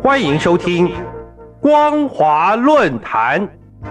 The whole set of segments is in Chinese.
欢迎收听光华论坛。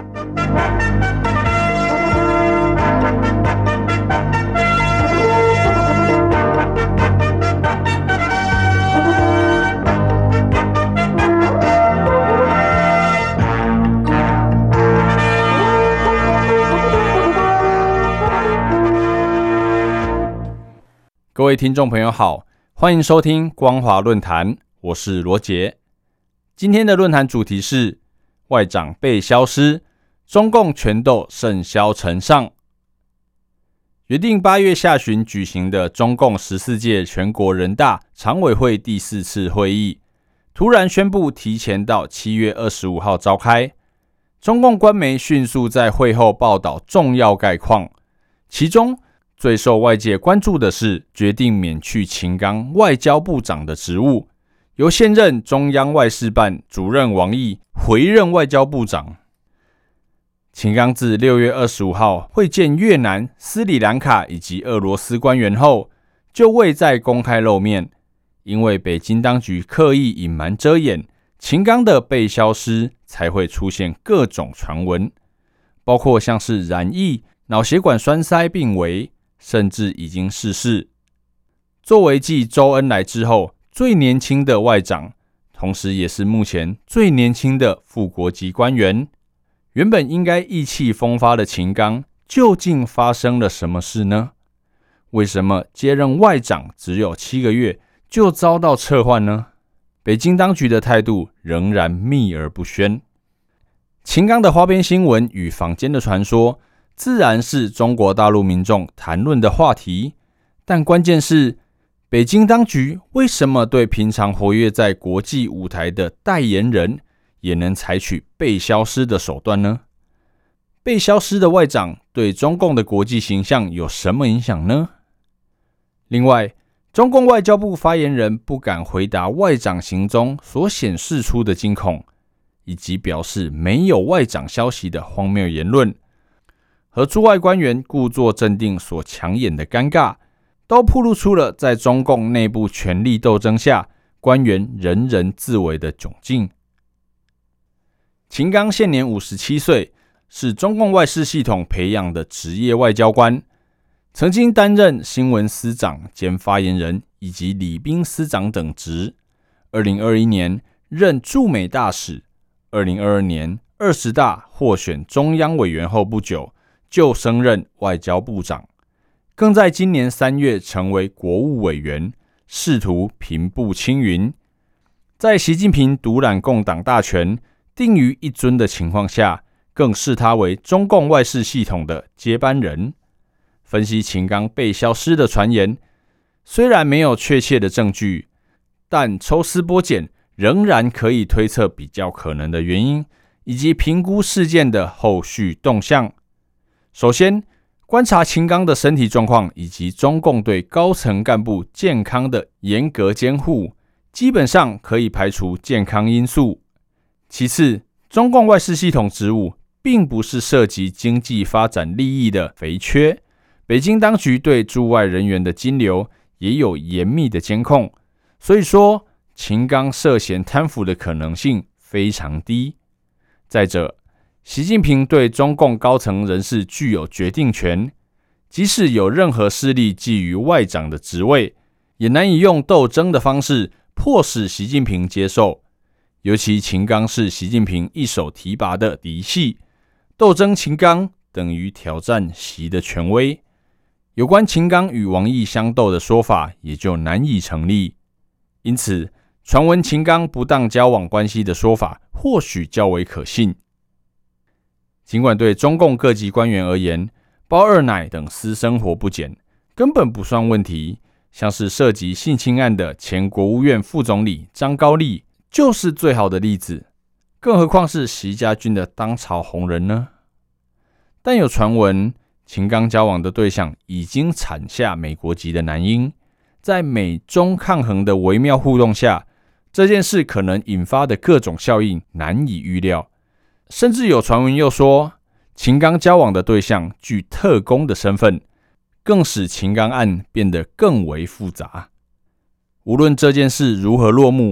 各位听众朋友好，欢迎收听光华论坛，我是罗杰。今天的论坛主题是外长被消失，中共权斗甚嚣尘上。约定8月下旬举行的中共14届全国人大常委会第4次会议，突然宣布提前到7月25号召开。中共官媒迅速在会后报道重要概况，其中最受外界关注的是决定免去秦刚外交部长的职务，由现任中央外事办主任王毅回任外交部长。秦刚自6月25号会见越南、斯里兰卡以及俄罗斯官员后，就未再公开露面，因为北京当局刻意隐瞒遮掩，秦刚的被消失才会出现各种传闻，包括像是染疫、脑血管栓塞病危，甚至已经逝世。作为继周恩来之后最年轻的外长，同时也是目前最年轻的副国级官员，原本应该意气风发的秦刚，究竟发生了什么事呢？为什么接任外长只有7个月就遭到撤换呢？北京当局的态度仍然秘而不宣。秦刚的花边新闻与坊间的传说，自然是中国大陆民众谈论的话题，但关键是北京当局为什么对平常活跃在国际舞台的代言人也能采取被消失的手段呢？被消失的外长对中共的国际形象有什么影响呢？另外，中共外交部发言人不敢回答外长行踪所显示出的惊恐，以及表示没有外长消息的荒谬言论，和驻外官员故作镇定所强演的尴尬，都暴露出了在中共内部权力斗争下，官员人人自危的窘境。秦刚现年57岁，是中共外事系统培养的职业外交官，曾经担任新闻司长兼发言人以及礼宾司长等职。2021年任驻美大使，2022年20大获选中央委员后不久，就升任外交部长，更在今年3月成为国务委员，试图平步青云。在习近平独揽共党大权、定于一尊的情况下，更视他为中共外事系统的接班人。分析秦刚被消失的传言，虽然没有确切的证据，但抽丝剥茧，仍然可以推测比较可能的原因，以及评估事件的后续动向。首先，观察秦刚的身体状况以及中共对高层干部健康的严格监护，基本上可以排除健康因素。其次，中共外事系统职务并不是涉及经济发展利益的肥缺，北京当局对驻外人员的金流也有严密的监控，所以说秦刚涉嫌贪腐的可能性非常低。再者，习近平对中共高层人士具有决定权，即使有任何势力觊觎外长的职位，也难以用斗争的方式迫使习近平接受。尤其秦刚是习近平一手提拔的嫡系，斗争秦刚等于挑战习的权威，有关秦刚与王毅相斗的说法也就难以成立。因此，传闻秦刚不当交往关系的说法或许较为可信。尽管对中共各级官员而言，包二奶等私生活不检根本不算问题，像是涉及性侵案的前国务院副总理张高丽就是最好的例子，更何况是习家军的当朝红人呢？但有传闻，秦刚交往的对象已经产下美国籍的男婴，在美中抗衡的微妙互动下，这件事可能引发的各种效应难以预料。甚至有传闻又说，秦刚交往的对象具特工的身份，更使秦刚案变得更为复杂。无论这件事如何落幕，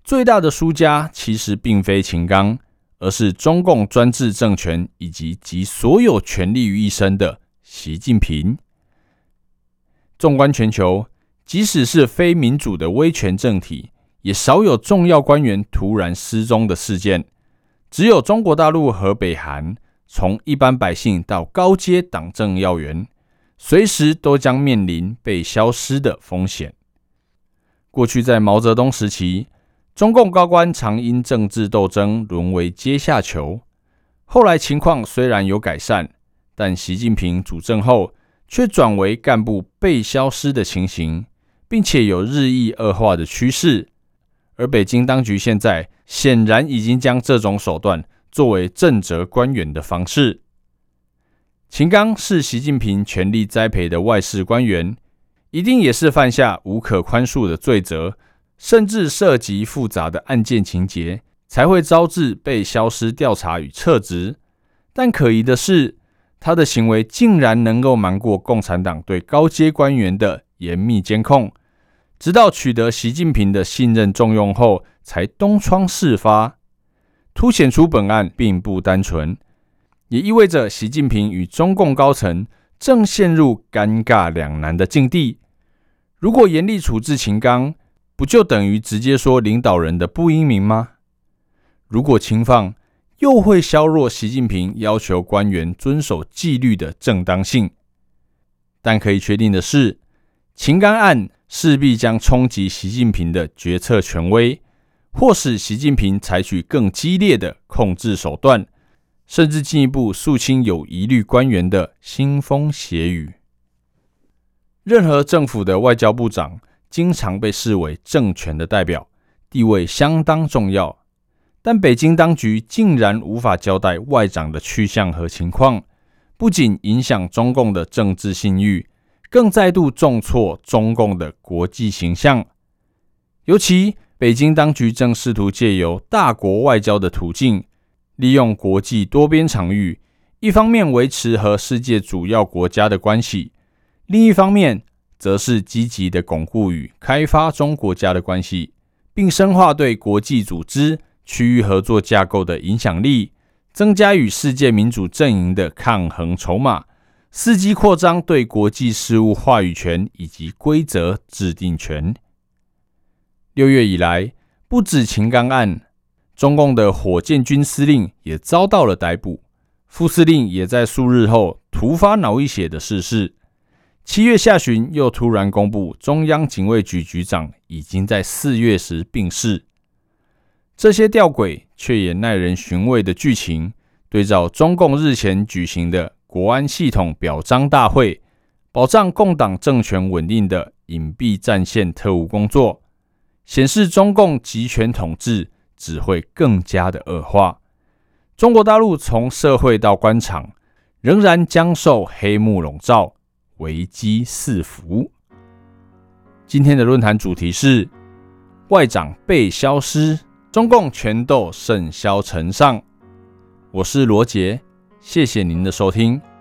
最大的输家其实并非秦刚，而是中共专制政权以及集所有权力于一身的习近平。纵观全球，即使是非民主的威权政体，也少有重要官员突然失踪的事件。只有中国大陆和北韩，从一般百姓到高阶党政要员，随时都将面临被消失的风险。过去在毛泽东时期，中共高官常因政治斗争沦为阶下囚，后来情况虽然有改善，但习近平主政后却转为干部被消失的情形，并且有日益恶化的趋势。而北京当局现在显然已经将这种手段作为震慑官员的方式。秦刚是习近平全力栽培的外事官员，一定也是犯下无可宽恕的罪责，甚至涉及复杂的案件情节，才会招致被消失调查与撤职。但可疑的是，他的行为竟然能够瞒过共产党对高阶官员的严密监控，直到取得习近平的信任重用后，才东窗事发，凸显出本案并不单纯，也意味着习近平与中共高层正陷入尴尬两难的境地。如果严厉处置秦刚，不就等于直接说领导人的不英明吗？如果轻放，又会削弱习近平要求官员遵守纪律的正当性。但可以确定的是，秦刚案势必将冲击习近平的决策权威，或使习近平采取更激烈的控制手段，甚至进一步肃清有疑虑官员的腥风血雨。任何政府的外交部长经常被视为政权的代表，地位相当重要。但北京当局竟然无法交代外长的去向和情况，不仅影响中共的政治信誉，更再度重挫中共的国际形象。尤其北京当局正试图借由大国外交的途径，利用国际多边场域，一方面维持和世界主要国家的关系，另一方面则是积极的巩固与开发中国家的关系，并深化对国际组织、区域合作架构的影响力，增加与世界民主阵营的抗衡筹码，伺机扩张对国际事务话语权以及规则制定权。6月以来，不止秦刚案，中共的火箭军司令也遭到了逮捕，副司令也在数日后突发脑溢血的逝世。7月下旬又突然公布中央警卫局局长已经在4月时病逝。这些吊诡却也耐人寻味的剧情，对照中共日前举行的国安系统表彰大会，保障共党政权稳定的隐蔽战线特务工作，显示中共集权统治只会更加的恶化。中国大陆从社会到官场，仍然将受黑幕笼罩，危机四伏。今天的论坛主题是外长被消失，中共权斗甚嚣尘上。我是罗杰，谢谢您的收听。